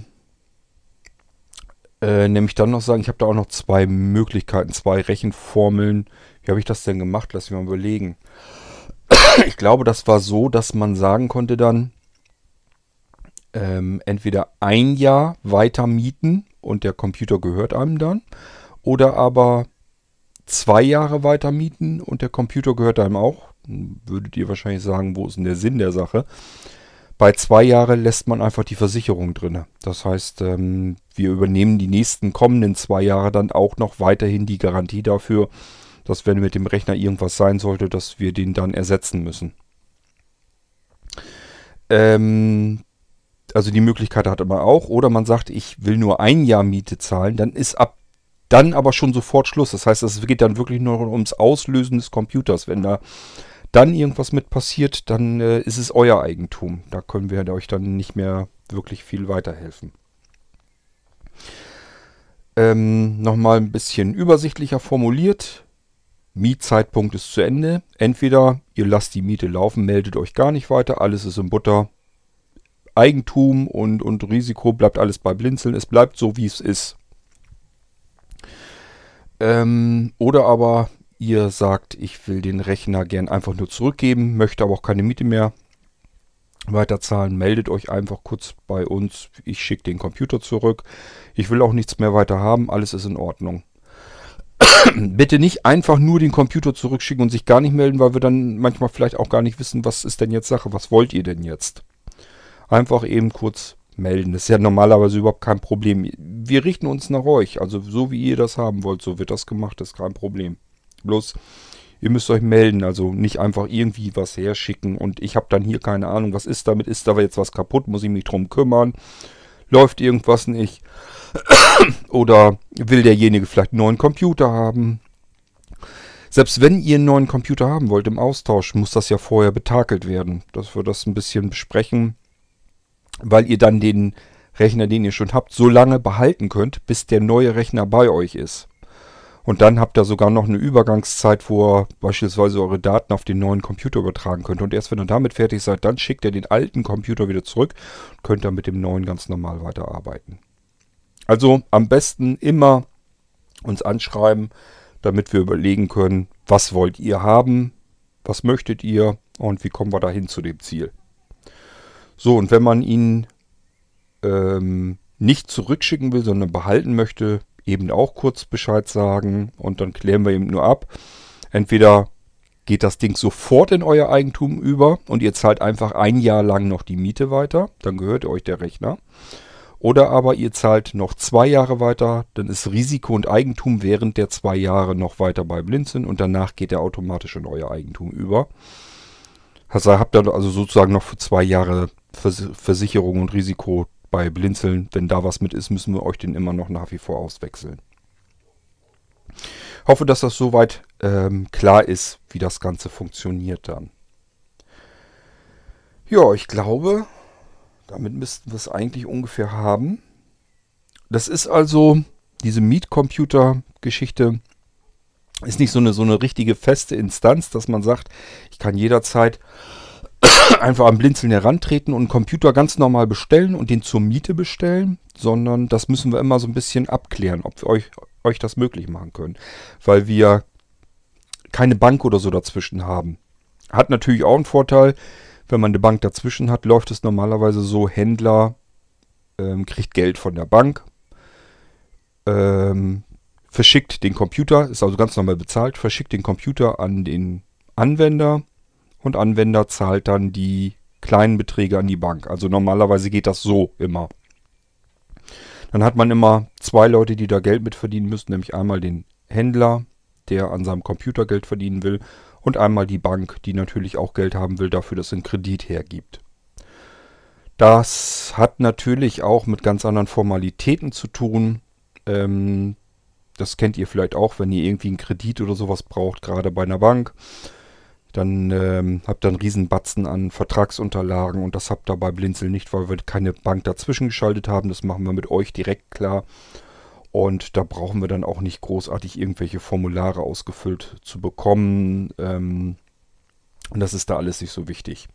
äh, nämlich dann noch sagen, ich habe da auch noch zwei Möglichkeiten, zwei Rechenformeln. Wie habe ich das denn gemacht? Lass mich mal überlegen. Ich glaube, das war so, dass man sagen konnte dann, ähm, entweder ein Jahr weiter mieten und der Computer gehört einem dann, oder aber zwei Jahre weiter mieten und der Computer gehört einem auch. Würdet ihr wahrscheinlich sagen, wo ist denn der Sinn der Sache? Bei zwei Jahren lässt man einfach die Versicherung drin. Das heißt, ähm, wir übernehmen die nächsten kommenden zwei Jahre dann auch noch weiterhin die Garantie dafür, dass wenn mit dem Rechner irgendwas sein sollte, dass wir den dann ersetzen müssen. Ähm, also die Möglichkeit hat man auch. Oder man sagt, ich will nur ein Jahr Miete zahlen. Dann ist ab dann aber schon sofort Schluss. Das heißt, es geht dann wirklich nur ums Auslösen des Computers. Wenn da dann irgendwas mit passiert, dann äh, ist es euer Eigentum. Da können wir euch dann nicht mehr wirklich viel weiterhelfen. Ähm, nochmal ein bisschen übersichtlicher formuliert. Mietzeitpunkt ist zu Ende. Entweder ihr lasst die Miete laufen, meldet euch gar nicht weiter, alles ist in Butter. Eigentum und, und Risiko bleibt alles bei Blinzeln. Es bleibt so, wie es ist. Ähm, oder aber ihr sagt, ich will den Rechner gern einfach nur zurückgeben, möchte aber auch keine Miete mehr weiterzahlen. Meldet euch einfach kurz bei uns. Ich schicke den Computer zurück. Ich will auch nichts mehr weiter haben. Alles ist in Ordnung. Bitte nicht einfach nur den Computer zurückschicken und sich gar nicht melden, weil wir dann manchmal vielleicht auch gar nicht wissen, was ist denn jetzt Sache, was wollt ihr denn jetzt? Einfach eben kurz melden. Das ist ja normalerweise überhaupt kein Problem. Wir richten uns nach euch, also so wie ihr das haben wollt, so wird das gemacht, das ist kein Problem. Bloß, ihr müsst euch melden, also nicht einfach irgendwie was herschicken und ich habe dann hier keine Ahnung, was ist damit, ist da jetzt was kaputt, muss ich mich drum kümmern, läuft irgendwas nicht. Oder will derjenige vielleicht einen neuen Computer haben? Selbst wenn ihr einen neuen Computer haben wollt im Austausch, muss das ja vorher betakelt werden. Dass wir das ein bisschen besprechen, weil ihr dann den Rechner, den ihr schon habt, so lange behalten könnt, bis der neue Rechner bei euch ist. Und dann habt ihr sogar noch eine Übergangszeit, wo ihr beispielsweise eure Daten auf den neuen Computer übertragen könnt. Und erst wenn ihr damit fertig seid, dann schickt ihr den alten Computer wieder zurück und könnt dann mit dem neuen ganz normal weiterarbeiten. Also am besten immer uns anschreiben, damit wir überlegen können, was wollt ihr haben, was möchtet ihr und wie kommen wir dahin zu dem Ziel. So, und wenn man ihn ähm, nicht zurückschicken will, sondern behalten möchte, eben auch kurz Bescheid sagen und dann klären wir eben nur ab. Entweder geht das Ding sofort in euer Eigentum über und ihr zahlt einfach ein Jahr lang noch die Miete weiter, dann gehört euch der Rechner. Oder aber ihr zahlt noch zwei Jahre weiter, dann ist Risiko und Eigentum während der zwei Jahre noch weiter bei Blinzeln und danach geht er automatisch in euer Eigentum über. Also habt ihr also sozusagen noch für zwei Jahre Vers- Versicherung und Risiko bei Blinzeln. Wenn da was mit ist, müssen wir euch den immer noch nach wie vor auswechseln. Hoffe, dass das soweit ähm, klar ist, wie das Ganze funktioniert dann. Ja, ich glaube, damit müssten wir es eigentlich ungefähr haben. Das ist also, diese Mietcomputer-Geschichte ist nicht so eine, so eine richtige feste Instanz, dass man sagt, ich kann jederzeit einfach am Blinzeln herantreten und einen Computer ganz normal bestellen und den zur Miete bestellen, sondern das müssen wir immer so ein bisschen abklären, ob wir euch, euch das möglich machen können, weil wir keine Bank oder so dazwischen haben. Hat natürlich auch einen Vorteil, wenn man eine Bank dazwischen hat, läuft es normalerweise so, Händler ähm, kriegt Geld von der Bank, ähm, verschickt den Computer, ist also ganz normal bezahlt, verschickt den Computer an den Anwender und Anwender zahlt dann die kleinen Beträge an die Bank. Also normalerweise geht das so immer. Dann hat man immer zwei Leute, die da Geld mit verdienen müssen, nämlich einmal den Händler, der an seinem Computer Geld verdienen will, und einmal die Bank, die natürlich auch Geld haben will dafür, dass sie einen Kredit hergibt. Das hat natürlich auch mit ganz anderen Formalitäten zu tun. Ähm, das kennt ihr vielleicht auch, wenn ihr irgendwie einen Kredit oder sowas braucht, gerade bei einer Bank. Dann ähm, habt ihr einen Riesenbatzen an Vertragsunterlagen und das habt ihr bei Blinzeln nicht, weil wir keine Bank dazwischen geschaltet haben. Das machen wir mit euch direkt klar. Und da brauchen wir dann auch nicht großartig irgendwelche Formulare ausgefüllt zu bekommen. Ähm, und das ist da alles nicht so wichtig.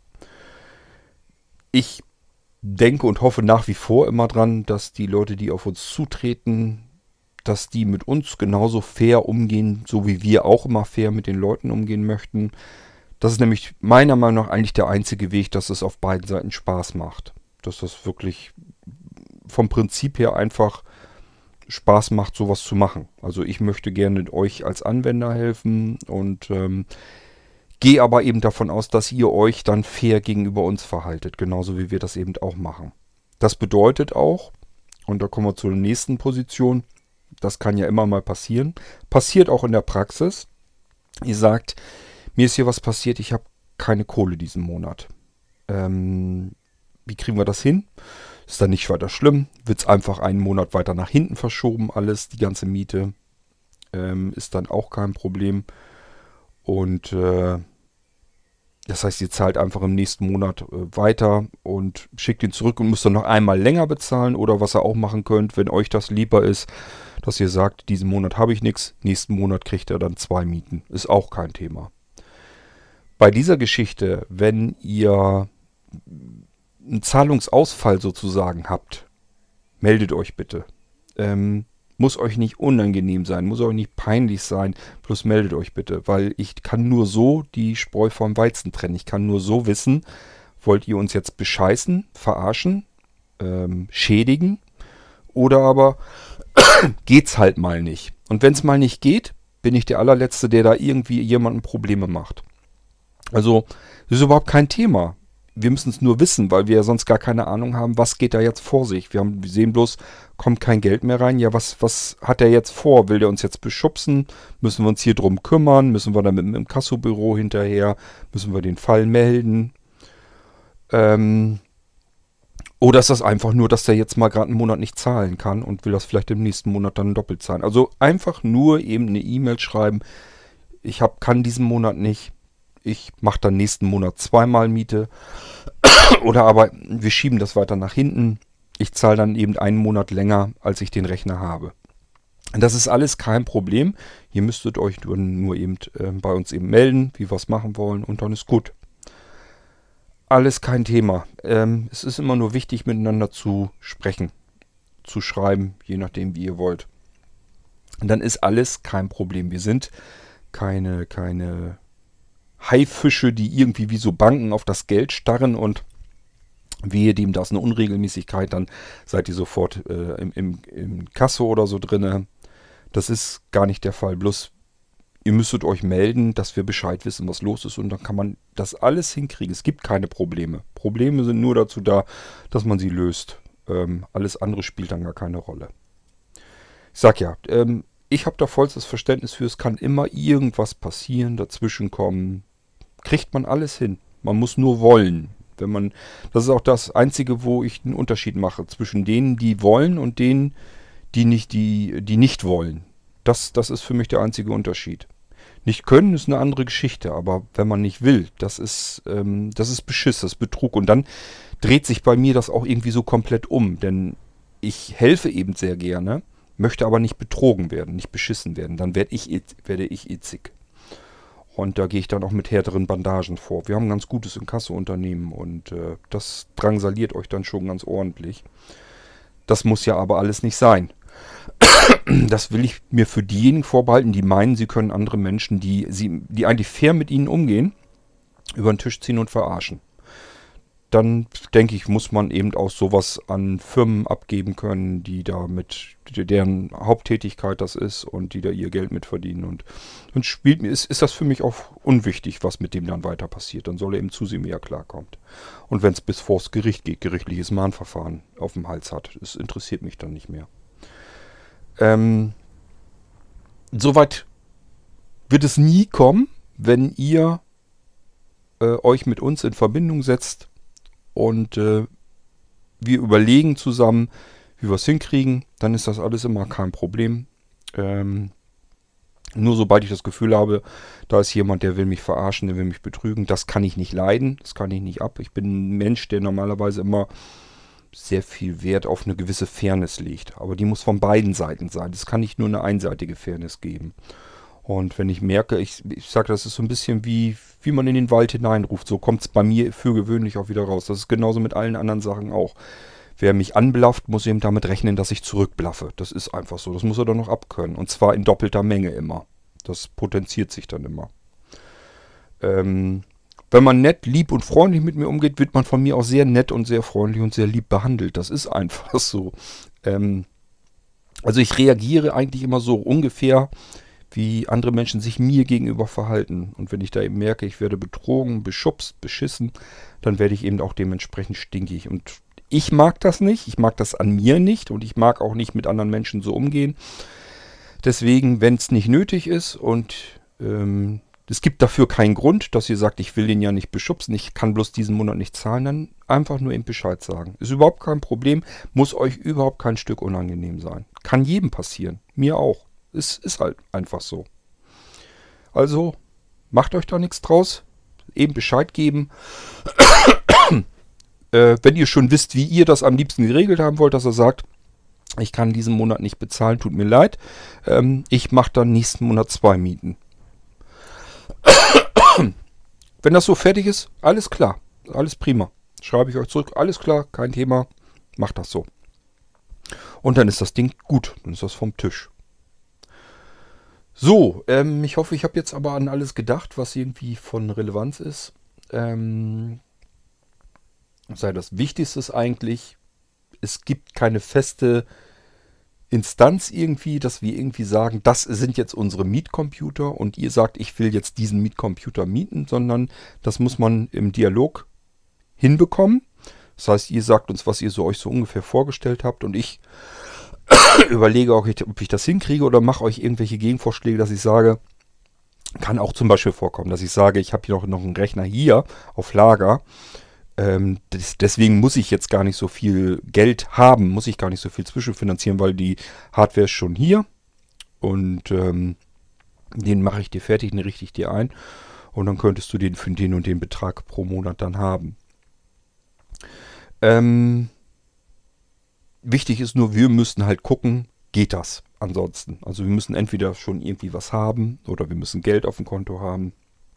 Ich denke und hoffe nach wie vor immer dran, dass die Leute, die auf uns zutreten, dass die mit uns genauso fair umgehen, so wie wir auch immer fair mit den Leuten umgehen möchten. Das ist nämlich meiner Meinung nach eigentlich der einzige Weg, dass es auf beiden Seiten Spaß macht. Dass das wirklich vom Prinzip her einfach Spaß macht, sowas zu machen. Also ich möchte gerne euch als Anwender helfen und ähm, gehe aber eben davon aus, dass ihr euch dann fair gegenüber uns verhaltet, genauso wie wir das eben auch machen. Das bedeutet auch, und da kommen wir zur nächsten Position, das kann ja immer mal passieren, passiert auch in der Praxis. Ihr sagt, mir ist hier was passiert, ich habe keine Kohle diesen Monat. Ähm, wie kriegen wir das hin? Ist dann nicht weiter schlimm, wird es einfach einen Monat weiter nach hinten verschoben, alles, die ganze Miete, ähm, ist dann auch kein Problem. Und äh, das heißt, ihr zahlt einfach im nächsten Monat äh, weiter und schickt ihn zurück und müsst dann noch einmal länger bezahlen. Oder was ihr auch machen könnt, wenn euch das lieber ist, dass ihr sagt, diesen Monat habe ich nichts, nächsten Monat kriegt er dann zwei Mieten. Ist auch kein Thema. Bei dieser Geschichte, wenn ihr einen Zahlungsausfall sozusagen habt, meldet euch bitte. Ähm, muss euch nicht unangenehm sein, muss euch nicht peinlich sein, bloß meldet euch bitte, weil ich kann nur so die Spreu vom Weizen trennen. Ich kann nur so wissen, wollt ihr uns jetzt bescheißen, verarschen, ähm, schädigen oder aber geht's halt mal nicht. Und wenn es mal nicht geht, bin ich der allerletzte, der da irgendwie jemandem Probleme macht. Also, das ist überhaupt kein Thema. Wir müssen es nur wissen, weil wir ja sonst gar keine Ahnung haben, was geht da jetzt vor sich. Wir, haben, wir sehen bloß, kommt kein Geld mehr rein. Ja, was, was hat er jetzt vor? Will der uns jetzt beschubsen? Müssen wir uns hier drum kümmern? Müssen wir dann mit dem Inkassobüro hinterher? Müssen wir den Fall melden? Ähm, oder ist das einfach nur, dass der jetzt mal gerade einen Monat nicht zahlen kann und will das vielleicht im nächsten Monat dann doppelt zahlen? Also einfach nur eben eine E-Mail schreiben. Ich hab, kann diesen Monat nicht. Ich mache dann nächsten Monat zweimal Miete. Oder aber wir schieben das weiter nach hinten. Ich zahle dann eben einen Monat länger, als ich den Rechner habe. Das ist alles kein Problem. Ihr müsstet euch nur, nur eben äh, bei uns eben melden, wie wir es machen wollen, und dann ist gut. Alles kein Thema. Ähm, es ist immer nur wichtig, miteinander zu sprechen, zu schreiben, je nachdem, wie ihr wollt. Und dann ist alles kein Problem. Wir sind keine, keine Haifische, die irgendwie wie so Banken auf das Geld starren und wehe dem, da ist eine Unregelmäßigkeit, dann seid ihr sofort äh, im, im, im Kasso oder so drinne. Das ist gar nicht der Fall. Bloß ihr müsstet euch melden, dass wir Bescheid wissen, was los ist, und dann kann man das alles hinkriegen. Es gibt keine Probleme. Probleme sind nur dazu da, dass man sie löst. Ähm, alles andere spielt dann gar keine Rolle. Ich sag ja, ähm, ich habe da vollstes Verständnis für, es kann immer irgendwas passieren, dazwischen kommen. Kriegt man alles hin. Man muss nur wollen. Wenn man, das ist auch das Einzige, wo ich einen Unterschied mache zwischen denen, die wollen, und denen, die nicht, die, die nicht wollen. Das, das ist für mich der einzige Unterschied. Nicht können ist eine andere Geschichte, aber wenn man nicht will, das ist, ähm, das ist Beschiss, das ist Betrug. Und dann dreht sich bei mir das auch irgendwie so komplett um, denn ich helfe eben sehr gerne, möchte aber nicht betrogen werden, nicht beschissen werden. Dann werde ich, werde ich itzig. Und da gehe ich dann auch mit härteren Bandagen vor. Wir haben ein ganz gutes Inkasso-Unternehmen und äh, das drangsaliert euch dann schon ganz ordentlich. Das muss ja aber alles nicht sein. Das will ich mir für diejenigen vorbehalten, die meinen, sie können andere Menschen, die, sie, die eigentlich fair mit ihnen umgehen, über den Tisch ziehen und verarschen. Dann denke ich, muss man eben auch sowas an Firmen abgeben können, die da mit, deren Haupttätigkeit das ist und die da ihr Geld mit verdienen. Und dann spielt mir, ist, ist das für mich auch unwichtig, was mit dem dann weiter passiert. Dann soll er eben zusehen, wie er klarkommt. Und wenn es bis vors Gericht geht, gerichtliches Mahnverfahren auf dem Hals hat, das interessiert mich dann nicht mehr. Ähm, Soweit wird es nie kommen, wenn ihr äh, euch mit uns in Verbindung setzt und äh, wir überlegen zusammen, wie wir es hinkriegen. Dann ist das alles immer kein Problem. Ähm, nur sobald ich das Gefühl habe, da ist jemand, der will mich verarschen, der will mich betrügen, das kann ich nicht leiden, das kann ich nicht ab. Ich bin ein Mensch, der normalerweise immer sehr viel Wert auf eine gewisse Fairness legt. Aber die muss von beiden Seiten sein. Es kann nicht nur eine einseitige Fairness geben. Und wenn ich merke, ich, ich sage, das ist so ein bisschen wie, wie man in den Wald hineinruft. So kommt es bei mir für gewöhnlich auch wieder raus. Das ist genauso mit allen anderen Sachen auch. Wer mich anblafft, muss eben damit rechnen, dass ich zurückblaffe. Das ist einfach so. Das muss er doch noch abkönnen. Und zwar in doppelter Menge immer. Das potenziert sich dann immer. Ähm... Wenn man nett, lieb und freundlich mit mir umgeht, wird man von mir auch sehr nett und sehr freundlich und sehr lieb behandelt. Das ist einfach so. Ähm, also ich reagiere eigentlich immer so ungefähr, wie andere Menschen sich mir gegenüber verhalten. Und wenn ich da eben merke, ich werde betrogen, beschubst, beschissen, dann werde ich eben auch dementsprechend stinkig. Und ich mag das nicht. Ich mag das an mir nicht. Und ich mag auch nicht mit anderen Menschen so umgehen. Deswegen, wenn es nicht nötig ist und ähm, es gibt dafür keinen Grund, dass ihr sagt, ich will den ja nicht beschubsen, ich kann bloß diesen Monat nicht zahlen, dann einfach nur eben Bescheid sagen. Ist überhaupt kein Problem, muss euch überhaupt kein Stück unangenehm sein. Kann jedem passieren, mir auch. Es ist halt einfach so. Also, macht euch da nichts draus, eben Bescheid geben. äh, wenn ihr schon wisst, wie ihr das am liebsten geregelt haben wollt, dass er sagt, ich kann diesen Monat nicht bezahlen, tut mir leid, ähm, ich mache dann nächsten Monat zwei Mieten. Wenn das so fertig ist, alles klar, alles prima. Schreibe ich euch zurück, alles klar, kein Thema, macht das so. Und dann ist das Ding gut, dann ist das vom Tisch. So, ähm, ich hoffe, ich habe jetzt aber an alles gedacht, was irgendwie von Relevanz ist. Ähm, sei das Wichtigste ist eigentlich, es gibt keine feste Instanz irgendwie, dass wir irgendwie sagen, das sind jetzt unsere Mietcomputer und ihr sagt, ich will jetzt diesen Mietcomputer mieten, sondern das muss man im Dialog hinbekommen. Das heißt, ihr sagt uns, was ihr so euch so ungefähr vorgestellt habt und ich überlege auch, ob ich das hinkriege oder mache euch irgendwelche Gegenvorschläge, dass ich sage, kann auch zum Beispiel vorkommen, dass ich sage, ich habe hier noch, noch einen Rechner hier auf Lager. Ähm, des, deswegen muss ich jetzt gar nicht so viel Geld haben, muss ich gar nicht so viel zwischenfinanzieren, weil die Hardware ist schon hier und ähm, den mache ich dir fertig, den richte ich dir ein und dann könntest du den für den und den Betrag pro Monat dann haben. Ähm, wichtig ist nur, wir müssen halt gucken, geht das ansonsten. Also wir müssen entweder schon irgendwie was haben oder wir müssen Geld auf dem Konto haben.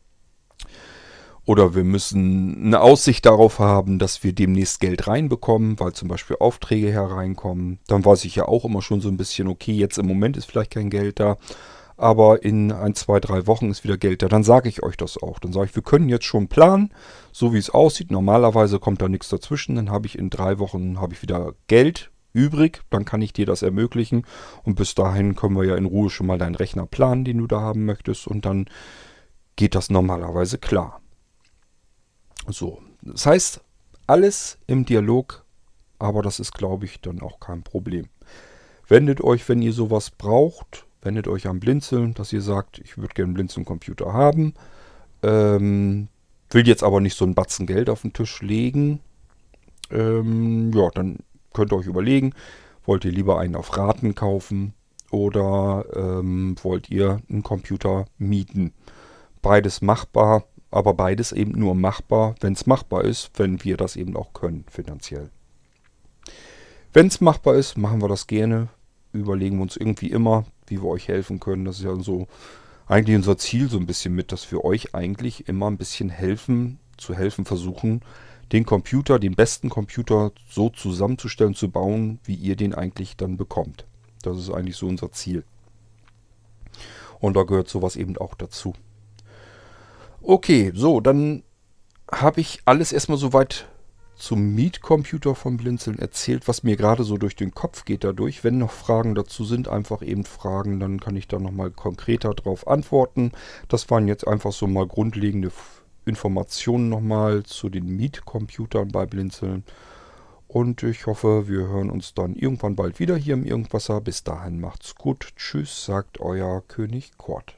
Oder wir müssen eine Aussicht darauf haben, dass wir demnächst Geld reinbekommen, weil zum Beispiel Aufträge hereinkommen. Dann weiß ich ja auch immer schon so ein bisschen, okay, jetzt im Moment ist vielleicht kein Geld da, aber in ein, zwei, drei Wochen ist wieder Geld da. Dann sage ich euch das auch. Dann sage ich, wir können jetzt schon planen, so wie es aussieht. Normalerweise kommt da nichts dazwischen. Dann habe ich in drei Wochen habe ich wieder Geld übrig. Dann kann ich dir das ermöglichen. Und bis dahin können wir ja in Ruhe schon mal deinen Rechner planen, den du da haben möchtest. Und dann geht das normalerweise klar. So, das heißt, alles im Dialog, aber das ist, glaube ich, dann auch kein Problem. Wendet euch, wenn ihr sowas braucht, wendet euch an Blinzeln, dass ihr sagt, ich würde gerne einen Blinzeln-Computer haben, ähm, will jetzt aber nicht so einen Batzen Geld auf den Tisch legen. Ähm, ja, dann könnt ihr euch überlegen, wollt ihr lieber einen auf Raten kaufen oder ähm, wollt ihr einen Computer mieten? Beides machbar, aber beides eben nur machbar, wenn es machbar ist, wenn wir das eben auch können finanziell. Wenn es machbar ist, machen wir das gerne. Überlegen wir uns irgendwie immer, wie wir euch helfen können. Das ist ja so eigentlich unser Ziel so ein bisschen mit, dass wir euch eigentlich immer ein bisschen helfen, zu helfen versuchen, den Computer, den besten Computer so zusammenzustellen, zu bauen, wie ihr den eigentlich dann bekommt. Das ist eigentlich so unser Ziel. Und da gehört sowas eben auch dazu. Okay, so, dann habe ich alles erstmal soweit zum Mietcomputer von Blinzeln erzählt, was mir gerade so durch den Kopf geht dadurch. Wenn noch Fragen dazu sind, einfach eben fragen, dann kann ich da nochmal konkreter drauf antworten. Das waren jetzt einfach so mal grundlegende Informationen nochmal zu den Mietcomputern bei Blinzeln. Und ich hoffe, wir hören uns dann irgendwann bald wieder hier im Irgendwasser. Bis dahin macht's gut. Tschüss, sagt euer König Kurt.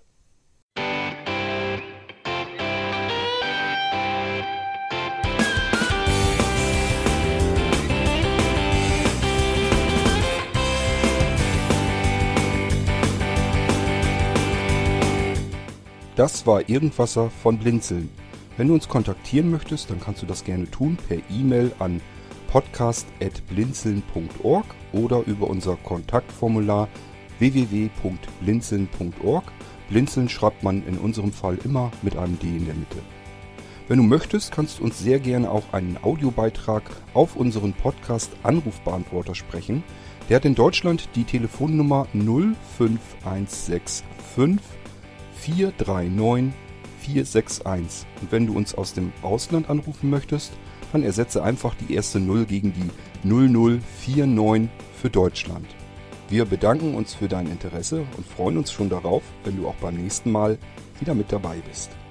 Das war Irgendwasser von Blinzeln. Wenn du uns kontaktieren möchtest, dann kannst du das gerne tun per E-Mail an podcast at blinzeln punkt org oder über unser Kontaktformular w w w punkt blinzeln punkt org. Blinzeln schreibt man in unserem Fall immer mit einem D in der Mitte. Wenn du möchtest, kannst du uns sehr gerne auch einen Audiobeitrag auf unseren Podcast Anrufbeantworter sprechen. Der hat in Deutschland die Telefonnummer null fünf eins sechs fünf vier drei neun vier sechs eins. Und wenn du uns aus dem Ausland anrufen möchtest, dann ersetze einfach die erste null gegen die null null vier neun für Deutschland. Wir bedanken uns für dein Interesse und freuen uns schon darauf, wenn du auch beim nächsten Mal wieder mit dabei bist.